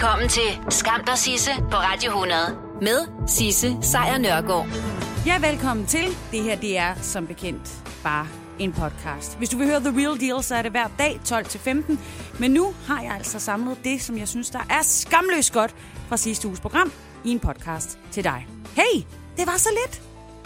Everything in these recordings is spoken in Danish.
Velkommen til Skam dig Sisse på Radio 100 med Sisse Sejr Nørgaard. Ja, velkommen til. Det her, det er som bekendt bare en podcast. Hvis du vil høre The Real Deal, så er det hver dag 12-15. Men nu har jeg altså samlet det, som jeg synes, der er skamløst godt fra sidste uges program i en podcast til dig. Hey, det var så lidt.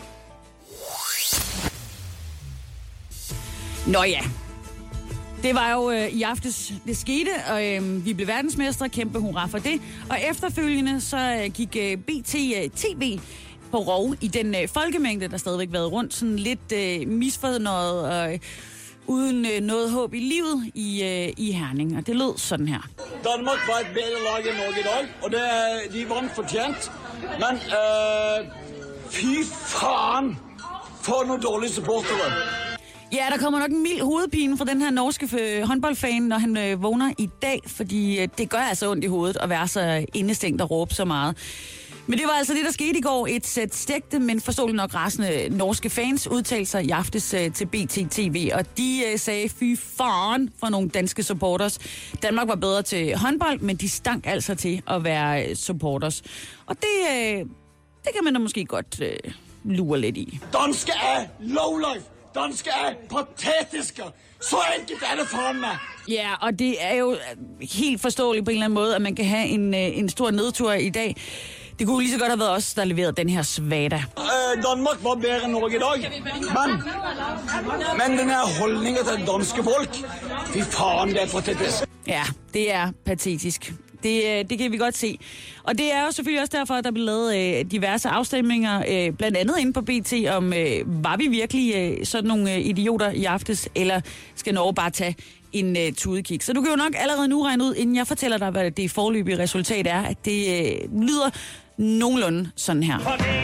Nå ja, det var jo i aftes, det skete, og vi blev verdensmestre, kæmpe hurra for det. Og efterfølgende så gik BT TV på rov i den folkemængde, der stadigvæk været rundt, sådan lidt misfornøjet og uden noget håb i livet i Herning. Og det lød sådan her. Danmark var et bedre lag end Norge i dag, og de vandt fortjent. Men fy faen for nogle dårlige supportere. Ja, der kommer nok en mild hovedpine fra den her norske håndboldfan, når han vågner i dag, fordi det gør altså ondt i hovedet at være så indestængt og råbe så meget. Men det var altså det, der skete i går. Et sæt stegte, men forståeligt nok rasende norske fans udtalte sig i aftes til BT TV, og de sagde fy faren for nogle danske supporters. Danmark var bedre til håndbold, men de stank altså til at være supporters. Og det kan man da måske godt lure lidt i. Danske er lowlife. Danske er patetiske. Så enkelt er det for mig. Ja, og det er jo helt forståeligt på en eller anden måde, at man kan have en stor nedtur i dag. Det kunne lige så godt have været os, der leverede den her svada. Danmark var bedre end Norge i dag. Men den her holdningen til den danske folk, fy faen, det er patetisk. Ja, det er patetisk. Det kan vi godt se. Og det er jo selvfølgelig også derfor, at der blev lavet diverse afstemninger, blandt andet inde på BT, om var vi virkelig sådan nogle idioter i aftes, eller skal Norge bare tage en tudekig. Så du kan jo nok allerede nu regne ud, inden jeg fortæller dig, hvad det foreløbige resultat er, at det lyder nogenlunde sådan her.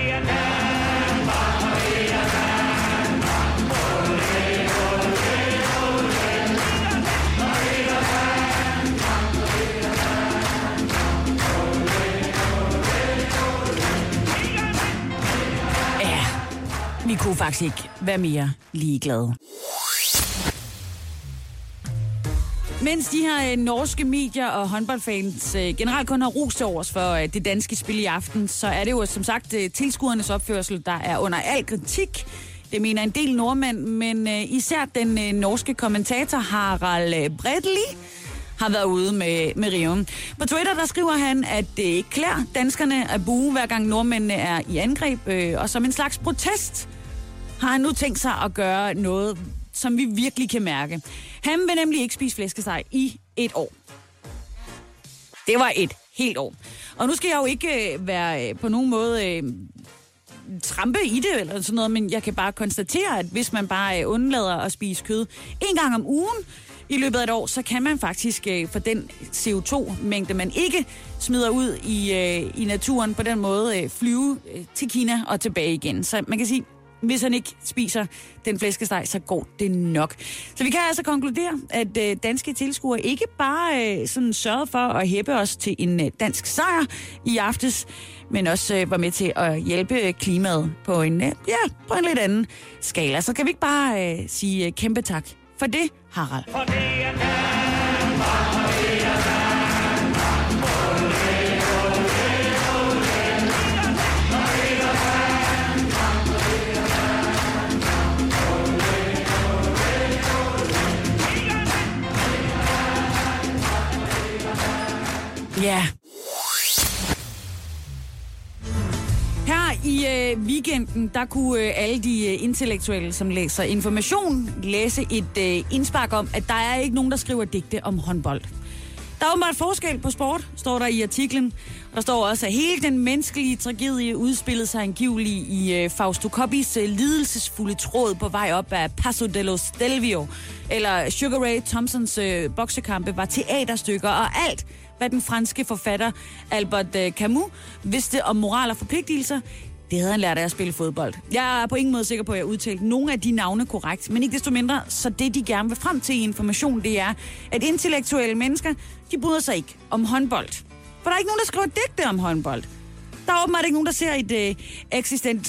Vi kunne faktisk ikke være mere ligeglade. Mens de her norske medier og håndboldfans generelt kun har rost overs for det danske spil i aften, så er det jo som sagt tilskuernes opførsel, der er under al kritik. Det mener en del nordmænd, men især den norske kommentator Harald Bredli har været ude med riven. På Twitter, der skriver han, at det ikke klæder danskerne at buge, hver gang nordmændene er i angreb, og som en slags protest har han nu tænkt sig at gøre noget, som vi virkelig kan mærke. Han vil nemlig ikke spise flæskesteg i et år. Det var et helt år. Og nu skal jeg jo ikke være på nogen måde trampe i det eller sådan noget, men jeg kan bare konstatere, at hvis man bare undlader at spise kød en gang om ugen i løbet af et år, så kan man faktisk for den CO2-mængde, man ikke smider ud i naturen, på den måde flyve til Kina og tilbage igen. Så man kan sige, hvis han ikke spiser den flæskesteg, så går det nok. Så vi kan altså konkludere, at danske tilskuere ikke bare sådan sørgede for at hæppe os til en dansk sejr i aftes, men også var med til at hjælpe klimaet på en lidt anden skala. Så kan vi ikke bare sige kæmpe tak for det, Harald. Ja. Her i weekenden, der kunne alle de intellektuelle, som læser Information, læse et indspark om, at der er ikke nogen, der skriver digte om håndbold. Der er åbenbart forskel på sport, står der i artiklen. Der står også, at hele den menneskelige tragedie udspillede sig angiveligt i Fausto Coppis lidelsesfulde tråd på vej op af Paso de los Stelvio. Eller Sugar Ray Thompsons boksekampe var teaterstykker, og alt, hvad den franske forfatter Albert Camus vidste om moral og forpligtelser, det havde han lært af at spille fodbold. Jeg er på ingen måde sikker på, at jeg udtalte nogle af de navne korrekt, men ikke desto mindre, så det de gerne vil frem til i Information, det er, at intellektuelle mennesker, de bryder sig ikke om håndbold. For der er ikke nogen, der skriver digte om håndbold. Der er åbenbart ikke nogen, der ser et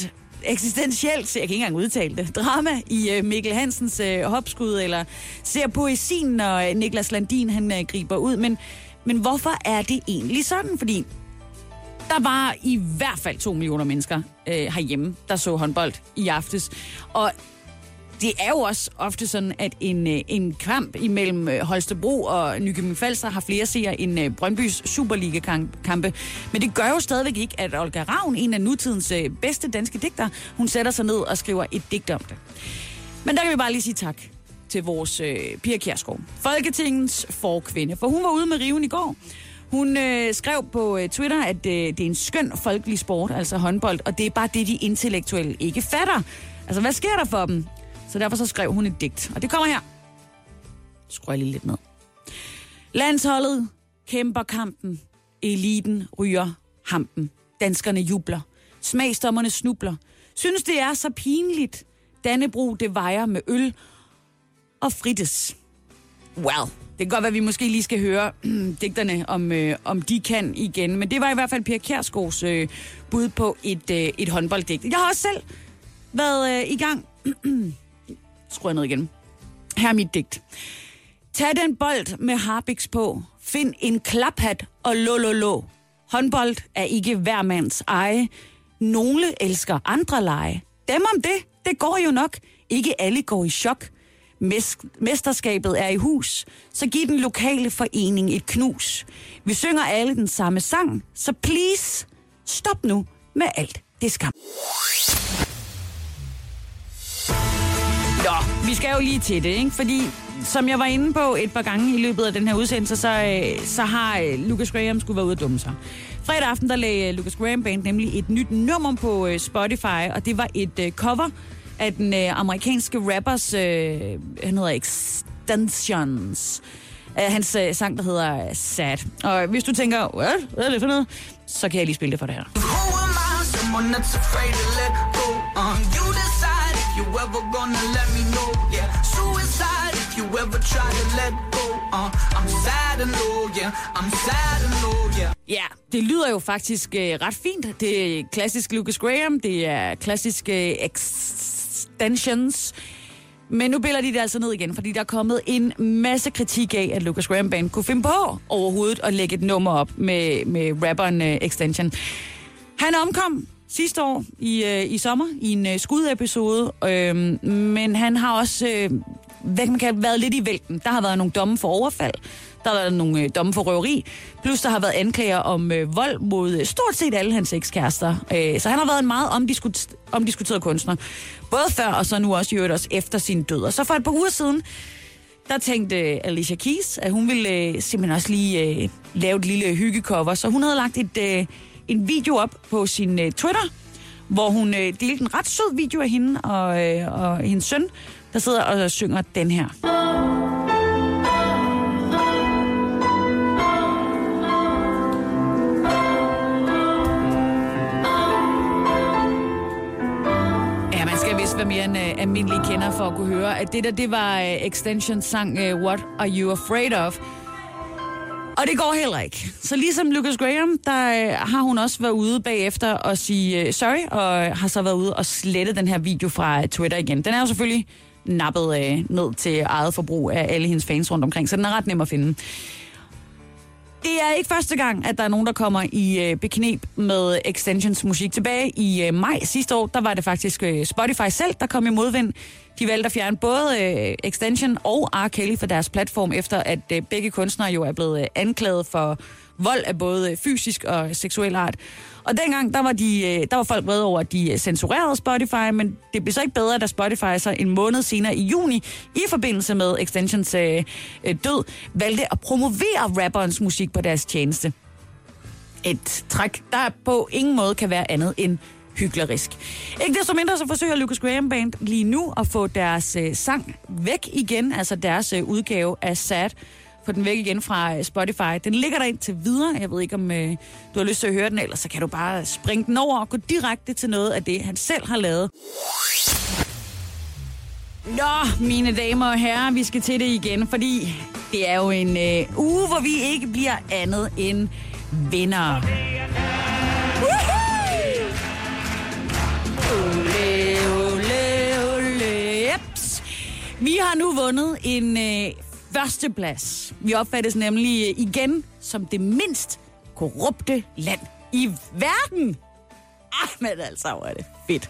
eksistentielt, jeg kan ikke engang udtale det, drama i Mikkel Hansens hopskud, eller ser poesien, når Niklas Landin han griber ud. Men hvorfor er det egentlig sådan? Fordi der var i hvert fald 2 millioner mennesker herhjemme, der så håndbold i aftes. Og det er jo også ofte sådan, at en kamp imellem Holstebro og Nykøbing Falster har flere seere end Brøndbys Superliga-kampe. Men det gør jo stadigvæk ikke, at Olga Ravn, en af nutidens bedste danske digter, hun sætter sig ned og skriver et digt om det. Men der kan vi bare lige sige tak til vores Pia Kjærsgaard, Folketingets forkvinde. For hun var ude med riven i går. Hun skrev på Twitter, at det er en skøn folkelig sport, altså håndbold, og det er bare det, de intellektuelle ikke fatter. Altså, hvad sker der for dem? Så derfor så skrev hun et digt, og det kommer her. Skruer lige lidt ned. Landsholdet kæmper kampen. Eliten ryger hampen. Danskerne jubler. Smagsdommerne snubler. Synes det er så pinligt. Dannebrog det vejer med øl og frites. Well, det kan godt være, at vi måske lige skal høre digterne, om de kan igen. Men det var i hvert fald Pia Kjærsgaards bud på et håndbolddigt. Jeg har også selv været i gang. Skruer jeg ned igen. Her er mit digt. Tag den bold med harpiks på. Find en klaphat og lo. Håndbold er ikke hver mands eje. Nogle elsker andre lege. Dem om det går jo nok. Ikke alle går i chok. Mesterskabet er i hus. Så giv den lokale forening et knus. Vi synger alle den samme sang. Så please, stop nu med alt det skam. Nå, vi skal jo lige til det, ikke? Fordi, som jeg var inde på et par gange i løbet af den her udsendelse, så har Lucas Graham skulle være ude at dumme sig. Fredag aften, der lagde Lucas Graham Band nemlig et nyt nummer på Spotify, og det var et cover af den amerikanske rappers, han hedder Extensions. Hans sang, der hedder Sad. Og hvis du tænker, hvad er det for noget? Så kan jeg lige spille det for det her. You ever gonna let me know? Yeah, suicide if you ever try to let go. I'm sad and low, yeah, I'm sad and low, yeah. Ja, det lyder jo faktisk ret fint. Det er klassisk Lucas Graham, det er klassisk Extensions. Men nu biller de det altså ned igen, fordi der er kommet en masse kritik af, at Lucas Graham Band kunne finde på overhovedet at lægge et nummer op med rapperen Extension. Han omkom sidste år i sommer i en skudepisode, men han har også været lidt i vælten. Der har været nogle domme for overfald, der har været nogle domme for røveri, plus der har været anklager om vold mod stort set alle hans ekskærester. Så han har været en meget omdiskuteret kunstner, både før og så nu også i øvrigt også efter sin død. Og så for et par uger siden, der tænkte Alicia Keys, at hun ville simpelthen også lige lave et lille hyggecover, så hun havde lagt en video op på sin Twitter, hvor hun delte en ret sød video af hende og hendes søn, der sidder og synger den her. Ja, man skal vist være mere end almindelig kender for at kunne høre, at det var Extensions sang What Are You Afraid Of? Og det går heller ikke. Så ligesom Lucas Graham, der har hun også været ude bagefter og sige sorry, og har så været ude og slette den her video fra Twitter igen. Den er jo selvfølgelig nappet ned til eget forbrug af alle hendes fans rundt omkring, så den er ret nem at finde. Det er ikke første gang, at der er nogen, der kommer i bekneb med Extensions musik. Tilbage i maj sidste år, der var det faktisk Spotify selv, der kom i modvind. De valgte at fjerne både Extension og R. Kelly fra deres platform, efter at begge kunstnere jo er blevet anklaget for vold af både fysisk og seksuel art. Og dengang, der var folk vrede over, at de censurerede Spotify, men det blev så ikke bedre, da Spotify så en måned senere i juni, i forbindelse med Extensions død, valgte at promovere rapperens musik på deres tjeneste. Et træk, der på ingen måde kan være andet end hyklerisk. Ikke desto mindre, så forsøger Lucas Graham Band lige nu at få deres sang væk igen, altså deres udgave af Sad, få den væk igen fra Spotify. Den ligger der indtil videre. Jeg ved ikke, om du har lyst til at høre den, ellers så kan du bare springe den over og gå direkte til noget af det, han selv har lavet. Nå, mine damer og herrer, vi skal til det igen, fordi det er jo en uge, hvor vi ikke bliver andet end vinder. Vi har nu vundet en førsteplads. Vi opfattes nemlig igen som det mindst korrupte land i verden. Men altså, hvor er det fedt.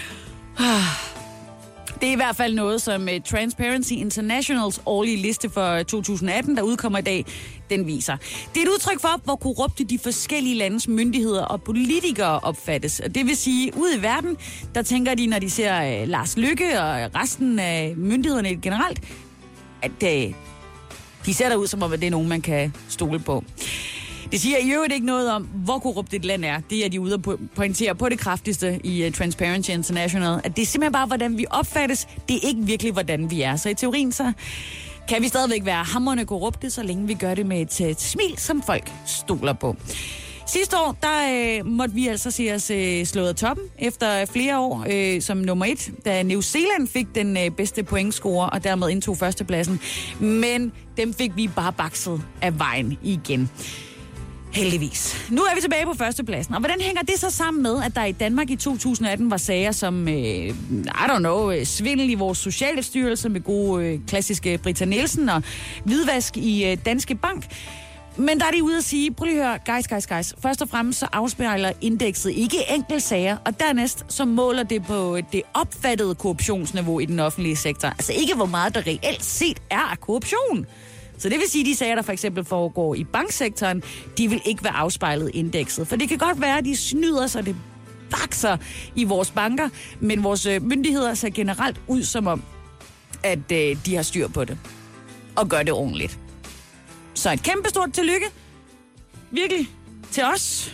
Det er i hvert fald noget, som Transparency Internationals årlige liste for 2018, der udkommer i dag, den viser. Det er et udtryk for, hvor korrupte de forskellige landes myndigheder og politikere opfattes. Det vil sige, ude i verden, der tænker de, når de ser Lars Løkke og resten af myndighederne generelt, at de ser der ud, som om det er nogen, man kan stole på. Det siger i øvrigt ikke noget om, hvor korrupt et land er. Det er de ude at pointere på det kraftigste i Transparency International. At det er simpelthen bare, hvordan vi opfattes. Det er ikke virkelig, hvordan vi er. Så i teorien, så kan vi stadigvæk være hamrende korrupte, så længe vi gør det med et smil, som folk stoler på. Sidste år, der måtte vi altså se os slået af toppen efter flere år som nummer 1, da New Zealand fik den bedste pointscore og dermed indtog førstepladsen. Men dem fik vi bare bakset af vejen igen. Heldigvis. Nu er vi tilbage på førstepladsen. Og hvordan hænger det så sammen med, at der i Danmark i 2018 var sager som, svindel i vores socialstyrelse med gode klassiske Britta Nielsen og hvidvask i Danske Bank? Men der er de ude at sige, prøv lige at høre, guys. Først og fremmest så afspejler indekset ikke enkeltsager, og dernæst så måler det på det opfattede korruptionsniveau i den offentlige sektor. Altså ikke hvor meget der reelt set er af korruption. Så det vil sige, at de sager, der for eksempel foregår i banksektoren, de vil ikke være afspejlet i indekset. For det kan godt være, at de snyder sig, det bakser i vores banker, men vores myndigheder ser generelt ud som om, at de har styr på det og gør det ordentligt. Så et kæmpestort tillykke, virkelig, til os.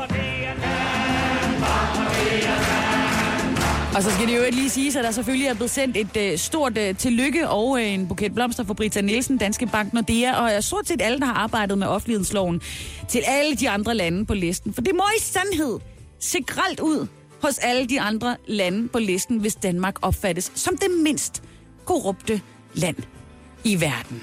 Og så skal det jo lige sige, at der selvfølgelig er blevet sendt et stort tillykke og en buket blomster for Britta Nielsen, Danske Bank, Nordea, og stort set alle, der har arbejdet med offentlighedsloven, til alle de andre lande på listen. For det må i sandhed se grelt ud hos alle de andre lande på listen, hvis Danmark opfattes som det mindst korrupte land i verden.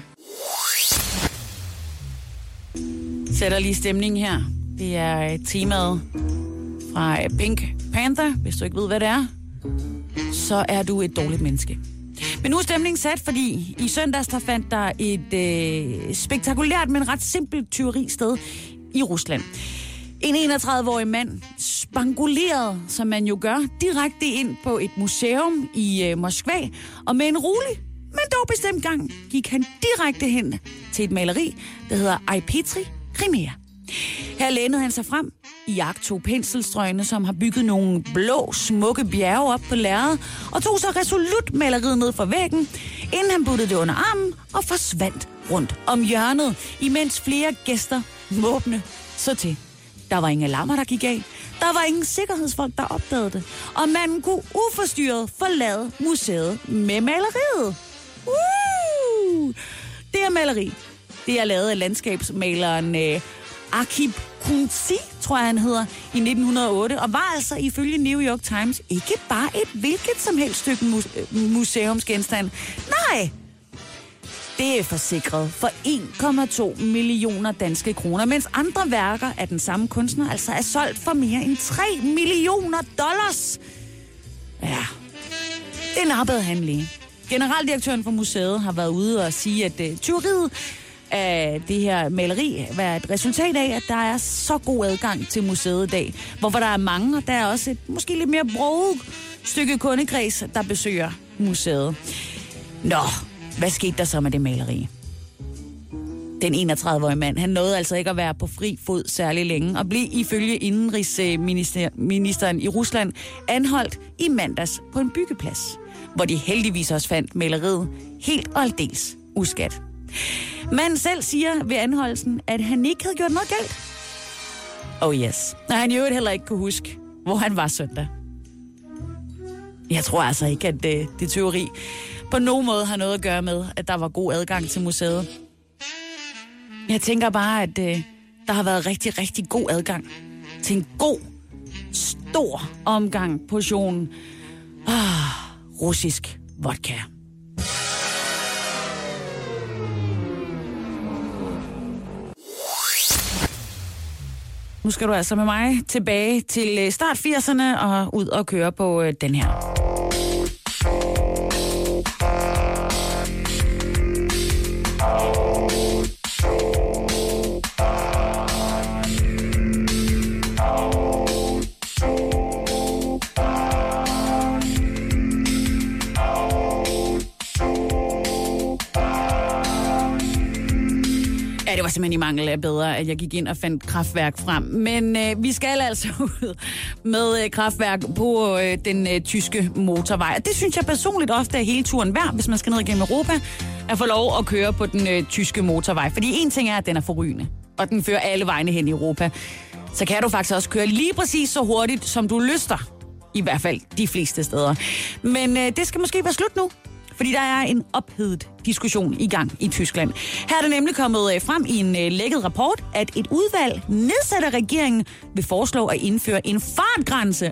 Sætter lige stemningen her. Det er temaet fra Pink Panther. Hvis du ikke ved, hvad det er, så er du et dårligt menneske. Men nu er stemningen sat, fordi i søndags der fandt der et spektakulært, men ret simpelt tyveri sted i Rusland. En 31-årig mand spangulerede, som man jo gør, direkte ind på et museum i Moskva, og med en rolig, men dog bestemt gang, gik han direkte hen til et maleri, der hedder Ej Petri Crimea. Her lænede han sig frem, iagttog penselstrøgene, som har bygget nogle blå, smukke bjerge op på lærredet, og tog så resolut maleriet ned fra væggen, inden han puttede det under armen og forsvandt rundt om hjørnet, imens flere gæster måbne så til. Der var ingen alarmer, der gik af. Der var ingen sikkerhedsfolk, der opdagede det. Og manden kunne uforstyrret forlade museet med maleriet. Det her maleri, det er lavet af landskabsmaleren Akib Kunci, tror jeg han hedder, i 1908, og var altså ifølge New York Times ikke bare et hvilket som helst stykke museumsgenstand. Nej, det er forsikret for 1,2 millioner danske kroner, mens andre værker af den samme kunstner altså er solgt for mere end 3 millioner dollars. Ja, det nappede han lige. Generaldirektøren for museet har været ude og sige, at tyveriet af det her maleri var et resultat af, at der er så god adgang til museet i dag, hvorfor der er mange, og der er også et måske lidt mere broget stykke kundekreds, der besøger museet. Nå, hvad skete der så med det maleri? Den 31-årige mand, han nåede altså ikke at være på fri fod særlig længe, og blev ifølge indenrigsministeren i Rusland anholdt i mandags på en byggeplads, hvor de heldigvis også fandt maleriet helt og aldeles uskat. Manden selv siger ved anholdelsen, at han ikke havde gjort noget galt. Oh yes. Og han i øvrigt heller ikke kunne huske, hvor han var søndag. Jeg tror altså ikke, at det teori på nogen måde har noget at gøre med, at der var god adgang til museet. Jeg tænker bare, at der har været rigtig, rigtig god adgang til en god, stor omgang portion russisk vodka. Nu skal du altså med mig tilbage til start 80'erne og ud og køre på den her. Ja, det var simpelthen i mangel af bedre, at jeg gik ind og fandt kraftværk frem. Men vi skal altså ud med kraftværk på den tyske motorvej. Og det synes jeg personligt ofte er hele turen værd, hvis man skal ned igennem Europa, at få lov at køre på den tyske motorvej. Fordi en ting er, at den er forrygende, og den fører alle vejene hen i Europa. Så kan du faktisk også køre lige præcis så hurtigt, som du lyster. I hvert fald de fleste steder. Men det skal måske være slut nu. Fordi der er en ophedet diskussion i gang i Tyskland. Her er det nemlig kommet frem i en lækket rapport, at et udvalg nedsat af regeringen vil foreslå at indføre en fartgrænse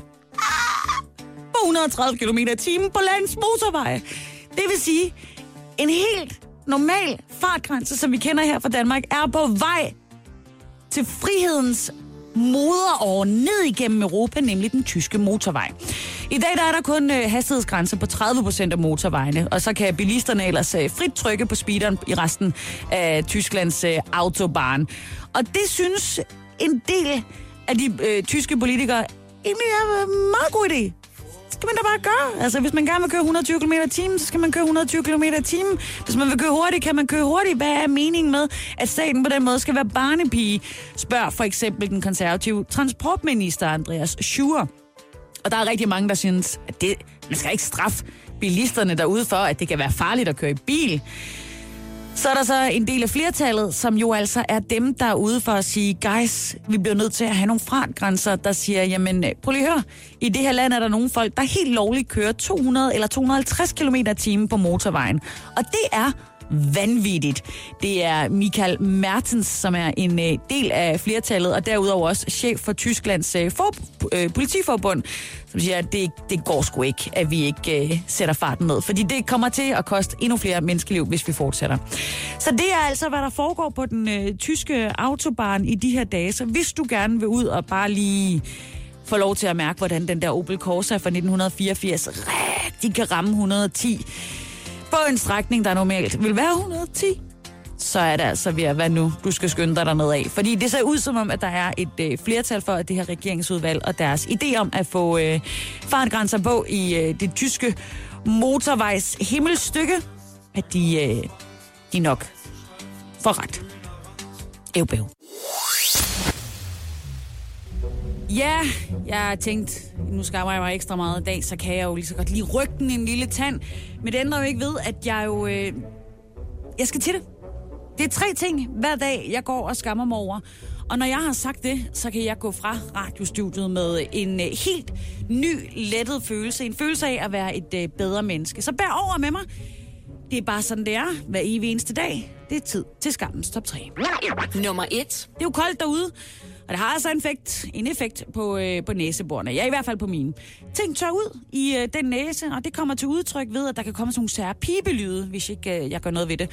på 130 km/t på landets motorveje. Det vil sige, en helt normal fartgrænse, som vi kender her fra Danmark, er på vej til frihedens moderår ned igennem Europa, nemlig den tyske motorvej. I dag der er der kun hastighedsgrænser på 30% af motorvejene, og så kan bilisterne ellers frit trykke på speederen i resten af Tysklands autobahn. Og det synes en del af de tyske politikere egentlig er en meget god idé. Skal man da bare gøre. Altså, hvis man gerne vil køre 120 km/t, så skal man køre 120 km/t. Hvis man vil køre hurtigt, kan man køre hurtigt. Hvad er meningen med, at staten på den måde skal være barnepige? Spørger for eksempel den konservative transportminister Andreas Schur. Og der er rigtig mange, der synes, at man skal ikke straffe bilisterne derude for, at det kan være farligt at køre i bil. Så er der så en del af flertallet, som jo altså er dem, der er ude for at sige, guys, vi bliver nødt til at have nogle fartgrænser, der siger, jamen prøv lige at høre, i det her land er der nogle folk, der helt lovligt kører 200 eller 250 km/t på motorvejen. Og det er vanvittigt. Det er Michael Mertens, som er en del af flertallet, og derudover også chef for Tysklands politiforbund, som siger, at det går sgu ikke, at vi ikke sætter farten ned. Fordi det kommer til at koste endnu flere menneskeliv, hvis vi fortsætter. Så det er altså, hvad der foregår på den tyske autobahn i de her dage. Så hvis du gerne vil ud og bare lige få lov til at mærke, hvordan den der Opel Corsa fra 1984 rigtig kan ramme 110 på en strækning, der normalt vil være 110, så er det altså ved at være nu, du skal skynde dig dernede af. Fordi det ser ud som om, at der er et flertal for, at det her regeringsudvalg og deres idé om at få fartgrænser på i det tyske motorvejs himmelstykke, at de nok får ret. Ævbæv. Ja, jeg har tænkt, nu skammer jeg mig ekstra meget i dag, så kan jeg jo lige så godt lige rykke den en lille tand. Men det ændrer jo ikke ved, at jeg jo... jeg skal til det. Det er 3 ting hver dag, jeg går og skammer mig over. Og når jeg har sagt det, så kan jeg gå fra radiostudiet med en helt ny, lettet følelse. En følelse af at være et bedre menneske. Så bær over med mig. Det er bare sådan, det er hver evig eneste dag. Det er tid til skammens top 3. Nummer 1. Det er jo koldt derude. Og det har altså en effekt på næseborene. Ja, i hvert fald på mine. Ting tør ud i den næse, og det kommer til udtryk ved, at der kan komme sådan nogle sære pibelyde, hvis ikke jeg gør noget ved det.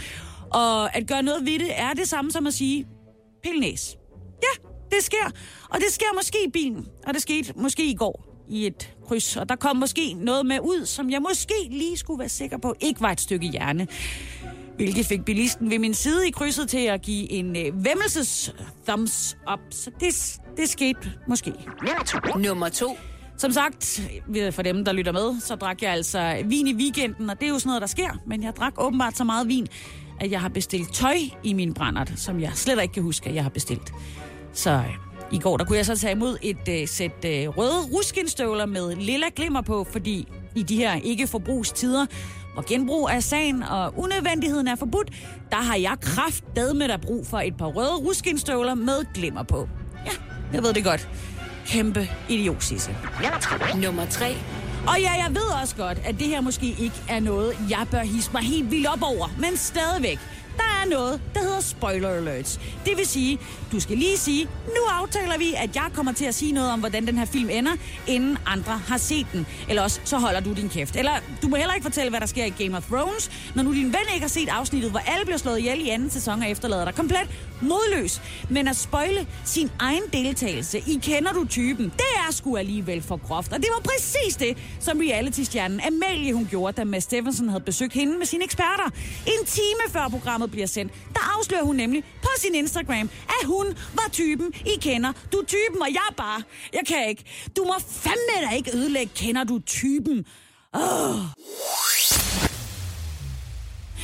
Og at gøre noget ved det er det samme som at sige, pilnæs. Ja, det sker. Og det sker måske i bilen. Og det skete måske i går i et kryds. Og der kom måske noget med ud, som jeg måske lige skulle være sikker på, ikke var et stykke hjerne. Hvilket fik bilisten ved min side i krydset til at give en væmmelses thumbs up. Så det skete måske. Nummer 2. Som sagt, for dem, der lytter med, så drak jeg altså vin i weekenden, og det er jo sådan noget, der sker. Men jeg drak åbenbart så meget vin, at jeg har bestilt tøj i min brændert, som jeg slet ikke kan huske, at jeg har bestilt. Så i går, der kunne jeg så tage imod et sæt røde ruskinstøvler med lilla glimmer på, fordi i de her ikke-forbrugstider, hvor genbrug er sagen og unødvendigheden er forbudt, der har jeg kraftedme der brug for et par røde ruskinstøvler med glimmer på. Ja, jeg ved det godt. Kæmpe idiotsisse. Nummer 3. Og ja, jeg ved også godt, at det her måske ikke er noget, jeg bør hisse mig helt vildt op over, men stadigvæk. Der er noget, der hedder spoiler alerts. Det vil sige, du skal lige sige, nu aftaler vi, at jeg kommer til at sige noget om, hvordan den her film ender, inden andre har set den. Eller også, så holder du din kæft. Eller du må heller ikke fortælle, hvad der sker i Game of Thrones, når nu din ven ikke har set afsnittet, hvor alle bliver slået ihjel i anden sæson og efterlader dig komplet modløs. Men at spoile sin egen deltagelse i Kender du typen, det er sgu alligevel for groft. Og det var præcis det, som reality-stjernen Amalie hun gjorde, da Mads Steffensen havde besøgt hende med sine eksperter. En time før programmet bliver sendt, der afslører hun nemlig på sin Instagram, at hun var typen, I kender. Du er typen, og jeg bare. Jeg kan ikke. Du må fandme da ikke ødelægge Kender du typen.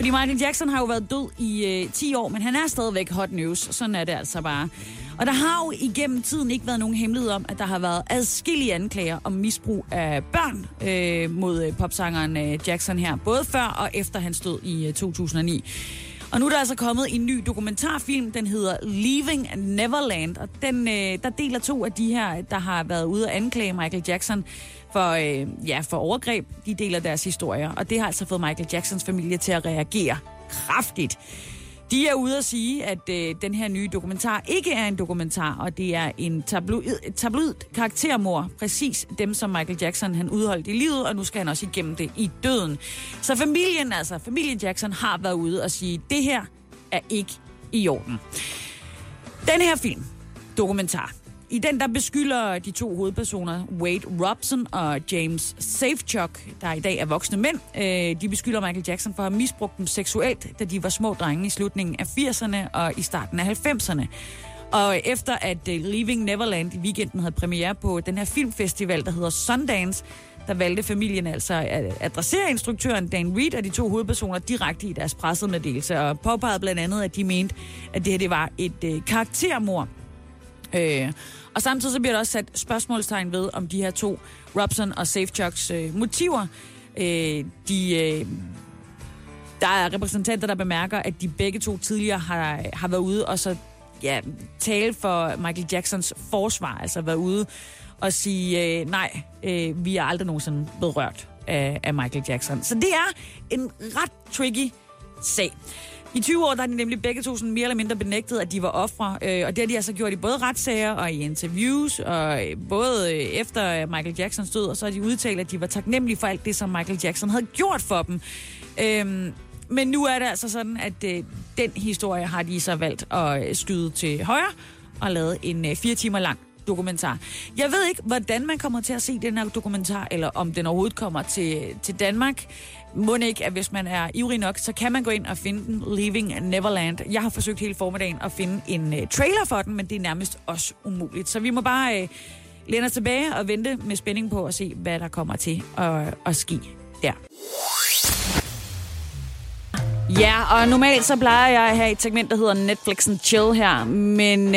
Fordi Michael Jackson har jo været død i 10 år, men han er stadigvæk hot news. Sådan er det altså bare. Og der har jo igennem tiden ikke været nogen hemmelighed om, at der har været adskillige anklager om misbrug af børn mod popsangeren Jackson her. Både før og efter hans død i 2009. Og nu er der altså kommet en ny dokumentarfilm, den hedder Leaving Neverland. Og der deler 2 af de her, der har været ude at anklage Michael Jackson for overgreb. De deler deres historier, og det har altså fået Michael Jacksons familie til at reagere kraftigt. De er ude at sige, at den her nye dokumentar ikke er en dokumentar, og det er en tabloid karaktermord. Præcis dem, som Michael Jackson han udholdt i livet, og nu skal han også igennem det i døden. Så familien Jackson har været ude og sige, det her er ikke i orden. Den her film, dokumentar, i den der beskylder de 2 hovedpersoner, Wade Robson og James Safechuck, der i dag er voksne mænd, de beskylder Michael Jackson for at have misbrugt dem seksuelt, da de var små drenge i slutningen af 80'erne og i starten af 90'erne. Og efter at Leaving Neverland i weekenden havde premiere på den her filmfestival, der hedder Sundance, der valgte familien altså at adressere instruktøren Dan Reed og de 2 hovedpersoner direkte i deres pressemeddelelse, og påpegede blandt andet, at de mente, at det her det var et karaktermord. Og samtidig så bliver der også sat spørgsmålstegn ved, om de her 2, Robson og Safechucks motiver. Der er repræsentanter, der bemærker, at de begge 2 tidligere har været ude og så tale for Michael Jacksons forsvar, altså været ude og sige, nej, vi er aldrig nogensinde blevet rørt af Michael Jackson. Så det er en ret tricky sag. I 20 år der har de nemlig begge 2 sådan mere eller mindre benægtet, at de var ofre, og det har de altså gjort i både retssager og i interviews, og både efter Michael Jacksons død, og så har de udtalt, at de var taknemmelige for alt det, som Michael Jackson havde gjort for dem. Men nu er det altså sådan, at den historie har de så valgt at skyde til højre og lavet en 4 timer lang dokumentar. Jeg ved ikke, hvordan man kommer til at se den her dokumentar, eller om den overhovedet kommer til Danmark. Må ikke, at hvis man er ivrig nok, så kan man gå ind og finde den, Leaving Neverland. Jeg har forsøgt hele formiddagen at finde en trailer for den, men det er nærmest også umuligt. Så vi må bare læne os tilbage og vente med spænding på at se, hvad der kommer til at ske der. Ja, og normalt så plejer jeg at have et segment, der hedder Netflix and Chill her, men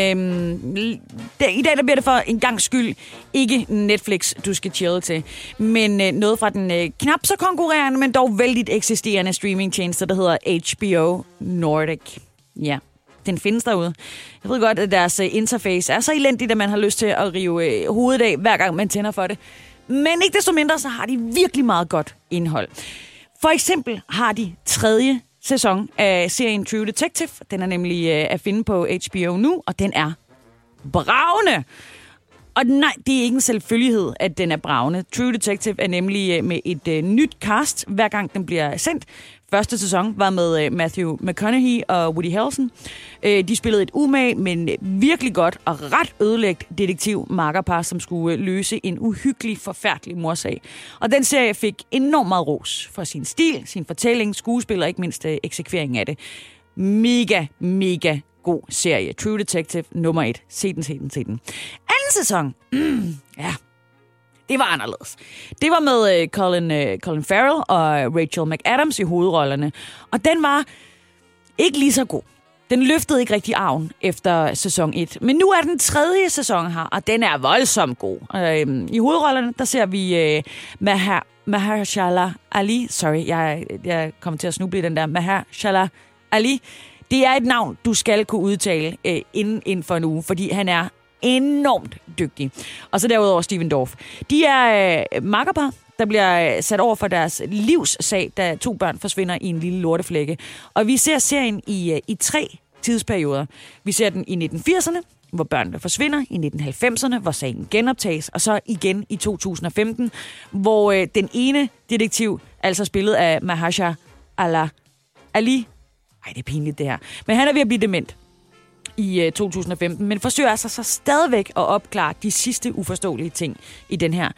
i dag der bliver det for en gang skyld ikke Netflix, du skal chille til, men noget fra den knap så konkurrerende, men dog vældig eksisterende streamingtjeneste, der hedder HBO Nordic. Ja, den findes derude. Jeg ved godt, at deres interface er så elendigt, at man har lyst til at rive hovedet af, hver gang man tænder for det. Men ikke desto mindre, så har de virkelig meget godt indhold. For eksempel har de 3. sæson af serien True Detective. Den er nemlig at finde på HBO nu, og den er bragende. Og nej, det er ikke en selvfølgelighed, at den er bragende. True Detective er nemlig med et nyt cast, hver gang den bliver sendt. Første sæson var med Matthew McConaughey og Woody Harrelson. De spillede et umage, men virkelig godt og ret ødelægt detektiv-makkerpar, som skulle løse en uhyggelig, forfærdelig morsag. Og den serie fik enormt meget ros for sin stil, sin fortælling, skuespil og ikke mindst eksekveringen af det. Mega, mega god serie. True Detective nummer 1. Se den. Anden sæson. Ja. Det var anderledes. Det var med Colin Farrell og Rachel McAdams i hovedrollerne. Og den var ikke lige så god. Den løftede ikke rigtig arven efter sæson 1. Men nu er den 3. sæson her, og den er voldsomt god. I hovedrollerne, der ser vi Mahershala Ali. Sorry, jeg kommer til at snuble i den der. Mahershala Ali. Det er et navn, du skal kunne udtale inden for en uge, fordi han er enormt dygtig. Og så derudover Steven Dorff. De er makkerpar, der bliver sat over for deres livssag, da 2 børn forsvinder i en lille lorteflække. Og vi ser serien i 3 tidsperioder. Vi ser den i 1980'erne, hvor børnene forsvinder, i 1990'erne, hvor sagen genoptages, og så igen i 2015, hvor den ene detektiv, altså spillet af Mahershala Ali. Ej, det er pinligt det her. Men han er ved at blive dement i 2015, men forsøger altså så stadigvæk at opklare de sidste uforståelige ting i den her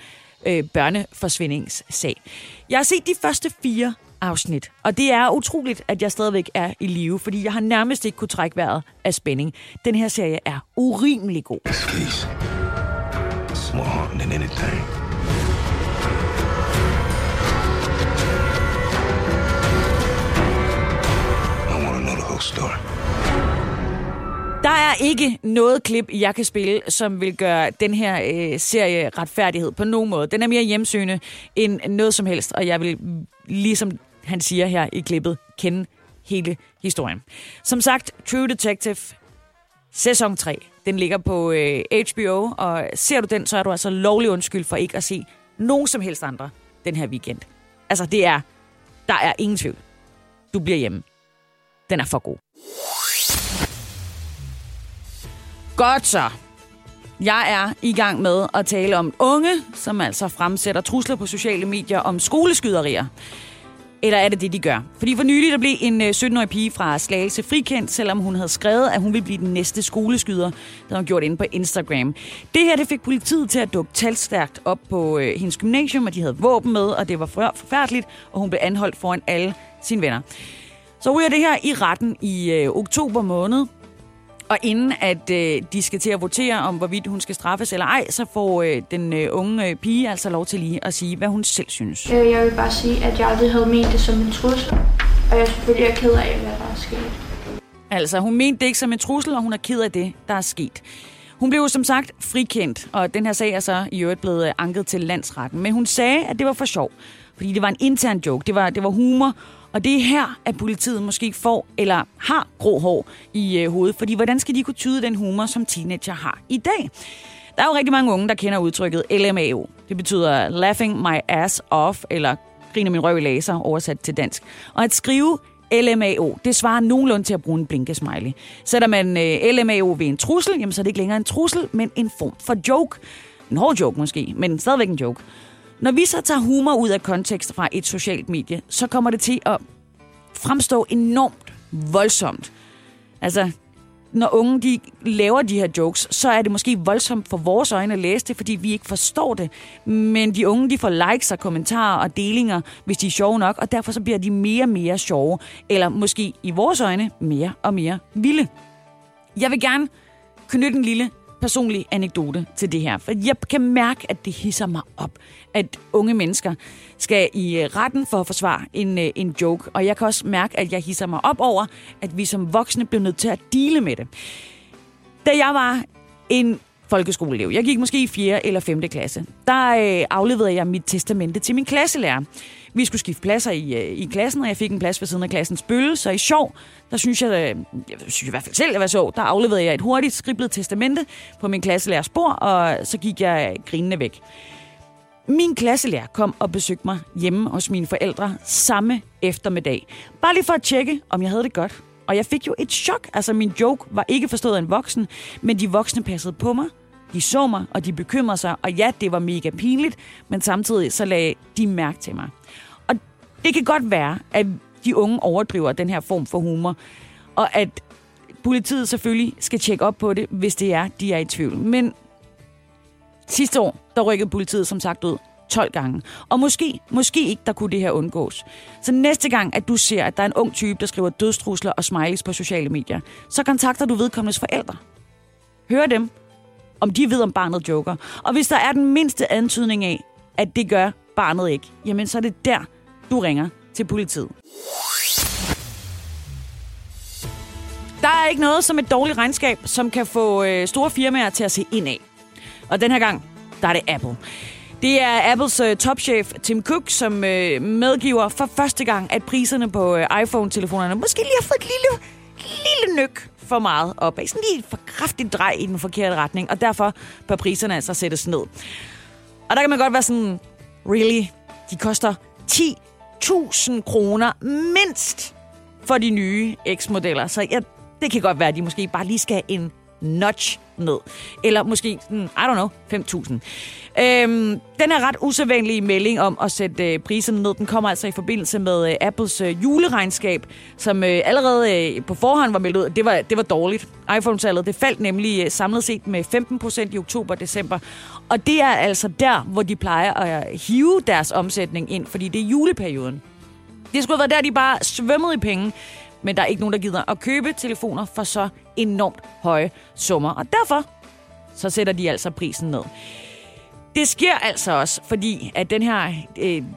børneforsvindingssag. Jeg har set de første 4 afsnit, og det er utroligt, at jeg stadigvæk er i live, fordi jeg har nærmest ikke kunne trække vejret af spænding. Den her serie er urimelig god. Please. It's more haunting than anything. ghost story. Der er ikke noget klip, jeg kan spille, som vil gøre den her serie retfærdighed på nogen måde. Den er mere hjemsøgende end noget som helst, og jeg vil, ligesom han siger her i klippet, kende hele historien. Som sagt, True Detective sæson 3, den ligger på HBO, og ser du den, så er du altså lovlig undskyld for ikke at se nogen som helst andre den her weekend. Altså, der er ingen tvivl. Du bliver hjemme. Den er for god. Godt så. Jeg er i gang med at tale om unge, som altså fremsætter trusler på sociale medier om skoleskyderier. Eller er det det, de gør? Fordi for nylig der blev en 17-årig pige fra Slagelse frikendt, selvom hun havde skrevet, at hun ville blive den næste skoleskyder. Det havde hun gjort inde på Instagram. Det her det fik politiet til at dukke talstærkt op på hendes gymnasium, og de havde våben med, og det var forfærdeligt, og hun blev anholdt foran alle sine venner. Så ryger det her i retten i oktober måned. Og inden at de skal til at votere om, hvorvidt hun skal straffes eller ej, så får den unge pige altså lov til lige at sige, hvad hun selv synes. Jeg vil bare sige, at jeg aldrig havde ment det som en trussel, og jeg selvfølgelig er ked af, hvad der er sket. Altså, hun mente det ikke som en trussel, og hun er ked af det, der er sket. Hun blev jo som sagt frikendt, og den her sag er så i øvrigt blevet anket til landsretten. Men hun sagde, at det var for sjov, fordi det var en intern joke, det var humor. Og det er her, at politiet måske får eller har grå hår i hovedet. Fordi hvordan skal de kunne tyde den humor, som teenager har i dag? Der er jo rigtig mange unge, der kender udtrykket LMAO. Det betyder laughing my ass off, eller griner min røv i laser, oversat til dansk. Og at skrive LMAO, det svarer nogenlunde til at bruge en blinkesmiley. Sætter man LMAO ved en trussel, jamen så er det ikke længere en trussel, men en form for joke. En hård joke måske, men stadigvæk en joke. Når vi så tager humor ud af kontekst fra et socialt medie, så kommer det til at fremstå enormt voldsomt. Altså, når unge de laver de her jokes, så er det måske voldsomt for vores øjne at læse det, fordi vi ikke forstår det. Men de unge de får likes og kommentarer og delinger, hvis de er sjove nok, og derfor så bliver de mere og mere sjove, eller måske i vores øjne mere og mere vilde. Jeg vil gerne knytte en lille personlig anekdote til det her, for jeg kan mærke, at det hisser mig op, at unge mennesker skal i retten for at forsvare en joke, og jeg kan også mærke, at jeg hisser mig op over, at vi som voksne bliver nødt til at deale med det. Da jeg var en folkeskoleelev, jeg gik måske i 4. eller 5. klasse, der afleverede jeg mit testamente til min klasselærer. Vi skulle skifte pladser i klassen, og jeg fik en plads ved siden af klassens bølle, så i sjov, der synes jeg i hvert fald selv, jeg var sjov, der afleverede jeg et hurtigt skriblet testamente på min klasselærers bord, og så gik jeg grinende væk. Min klasselærer kom og besøgte mig hjemme hos mine forældre samme eftermiddag. Bare lige for at tjekke, om jeg havde det godt. Og jeg fik jo et chok. Altså, min joke var ikke forstået af en voksen, men de voksne passede på mig. De så mig, og de bekymrede sig. Og ja, det var mega pinligt, men samtidig så lagde de mærke til mig. Og det kan godt være, at de unge overdriver den her form for humor, og at politiet selvfølgelig skal tjekke op på det, hvis det er, de er i tvivl. Men sidste år, der rykkede politiet som sagt ud 12 gange. Og måske ikke, der kunne det her undgås. Så næste gang, at du ser, at der er en ung type, der skriver dødstrusler og smileys på sociale medier, så kontakter du vedkommendes forældre. Hør dem, om de ved, om barnet joker. Og hvis der er den mindste antydning af, at det gør barnet ikke, jamen så er det der, du ringer til politiet. Der er ikke noget som et dårligt regnskab, som kan få store firmaer til at se indad. Og den her gang, der er det Apple. Det er Apples topchef Tim Cook, som medgiver for første gang, at priserne på iPhone-telefonerne måske lige har fået et lille nyk for meget op. Sådan lige for kraftigt drej i den forkerte retning, og derfor bør priserne altså sættes ned. Og der kan man godt være sådan, really? De koster 10.000 kroner mindst for de nye X-modeller. Så ja, det kan godt være, at de måske bare lige skal have en notch ned. Eller måske, I don't know, 5.000. Den her ret usædvanlige melding om at sætte priserne ned, den kommer altså i forbindelse med Apples juleregnskab, som allerede på forhånd var meldt ud. Det var dårligt. iPhone-salget, det faldt nemlig samlet set med 15% i oktober og december. Og det er altså der, hvor de plejer at hive deres omsætning ind, fordi det er juleperioden. Det skulle have været der, de bare svømmede i penge, men der er ikke nogen, der gider at købe telefoner for så enormt høje summer. Og derfor så sætter de altså prisen ned. Det sker altså også, fordi at den her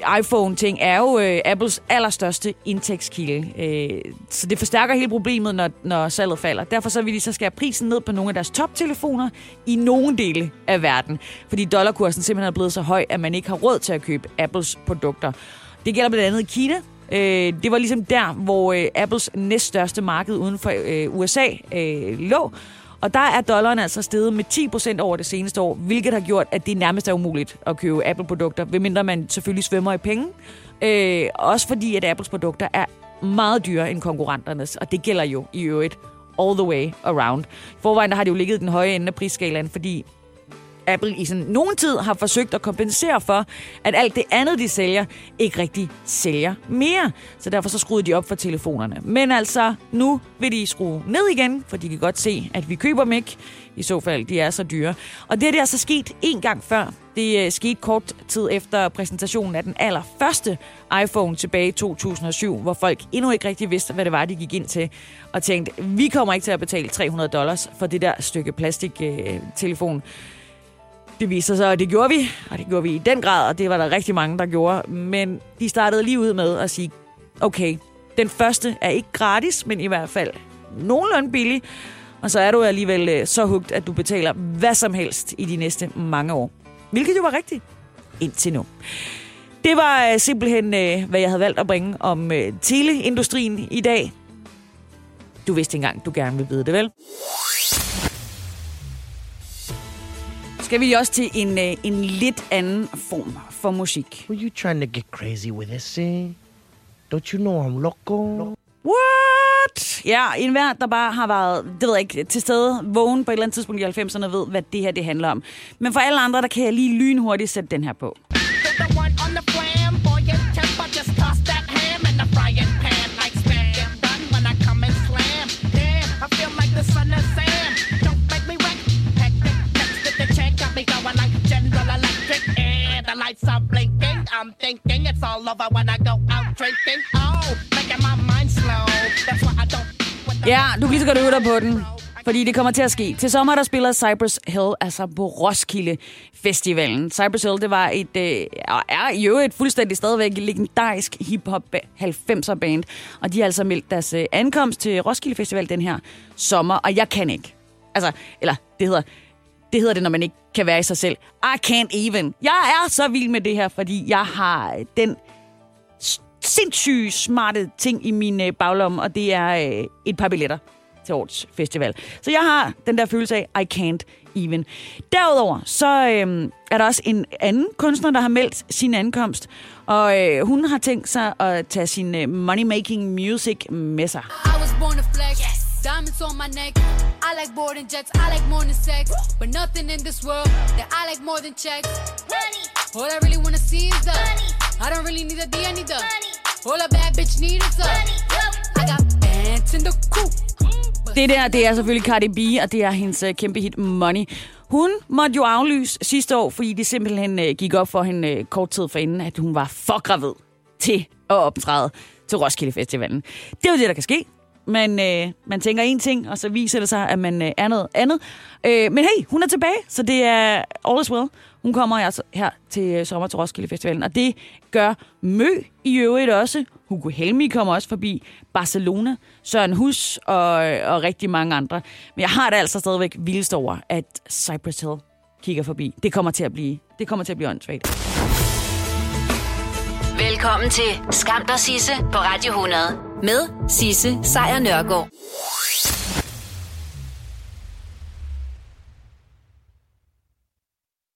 iPhone-ting er jo Apples allerstørste indtægtskilde. Så det forstærker hele problemet, når salget falder. Derfor så vil de så skære prisen ned på nogle af deres toptelefoner i nogle dele af verden. Fordi dollarkursen simpelthen er blevet så høj, at man ikke har råd til at købe Apples produkter. Det gælder blandt andet i Kina. Det var ligesom der, hvor Apples næststørste marked uden for USA lå. Og der er dollaren altså steget med 10% over det seneste år, hvilket har gjort, at det nærmest er umuligt at købe Apple-produkter, medmindre man selvfølgelig svømmer i penge. Også fordi, at Apples produkter er meget dyrere end konkurrenternes, og det gælder jo i øvrigt all the way around. I forvejen der har det jo ligget i den høje ende af prisskalaen, fordi Apple i sådan nogen tid har forsøgt at kompensere for, at alt det andet, de sælger, ikke rigtig sælger mere. Så derfor så skruede de op for telefonerne. Men altså, nu vil de skrue ned igen, for de kan godt se, at vi køber dem ikke. I så fald, de er så dyre. Og det er altså sket en gang før. Det skete kort tid efter præsentationen af den allerførste iPhone tilbage i 2007, hvor folk endnu ikke rigtig vidste, hvad det var, de gik ind til. Og tænkte, vi kommer ikke til at betale $300 for det der stykke plastiktelefon. Det viser sig, og det gjorde vi, og det gjorde vi i den grad, og det var der rigtig mange, der gjorde. Men de startede lige ud med at sige, okay, den første er ikke gratis, men i hvert fald nogenlunde billig. Og så er du alligevel så hugt, at du betaler hvad som helst i de næste mange år. Hvilket jo var rigtigt indtil nu. Det var simpelthen, hvad jeg havde valgt at bringe om teleindustrien i dag. Du vidste engang, du gerne vil vide det, vel? Skal vi også til en lidt anden form for musik. Were you trying to get crazy with this, eh? Don't you know I'm loco? What? Ja, en hver, der bare har været, det ved jeg ikke, til stede vågen på et eller andet tidspunkt i 90'erne, ved, hvad det her det handler om. Men for alle andre, der kan jeg lige lynhurtigt sætte den her på. I'm thinking it's all over when I go out drinking. Oh, making my mind slow. That's why I don't. Ja, du kan lige så godt øve dig på den, fordi det kommer til at ske. Til sommer, der spiller Cypress Hill, altså på Roskilde Festivalen. Cypress Hill, det var er i øvrigt fuldstændig stadigvæk legendarisk hip-hop 90'er band. Og de har altså meldt deres ankomst til Roskilde Festival den her sommer, og jeg kan ikke. Altså, eller det hedder det, når man ikke kan være i sig selv. I can't even. Jeg er så vild med det her, fordi jeg har den sindssyge smarte ting i min baglomme, og det er et par billetter til årets festival. Så jeg har den der følelse af, I can't even. Derudover, så er der også en anden kunstner, der har meldt sin ankomst, og hun har tænkt sig at tage sin money-making music med sig. I was born to flex. Yes. Diamonds on my neck. I like boarding jets. I like more than sex. But nothing in this world that I like more than checks. Money. All I really wanna see is the money. I don't really need a D, I need the money. All a bad bitch need is the money. I got bands in the coop. Det er selvfølgelig Cardi B, og det er hendes kæmpe hit Money. Hun måtte jo aflyse sidste år, fordi det simpelthen gik op for hende kort tid forinden, at hun var for gravid til at optræde til Roskilde Festivalen. Det er jo det, der kan ske. Men man tænker en ting, og så viser det sig, at man er noget andet. Men hey, hun er tilbage, så det er all is well. Hun kommer altså her til sommer til Roskilde Festivalen, og det gør Mø i øvrigt også. Hugo Helmi kommer også forbi, Barcelona, Søren Hus og rigtig mange andre. Men jeg har det altså stadigvæk vildest over, at Cypress Hill kigger forbi. Det kommer til at blive åndssvagt. Velkommen til Skam dig Sisse på Radio 100 med Sisse Sejr Nørgaard.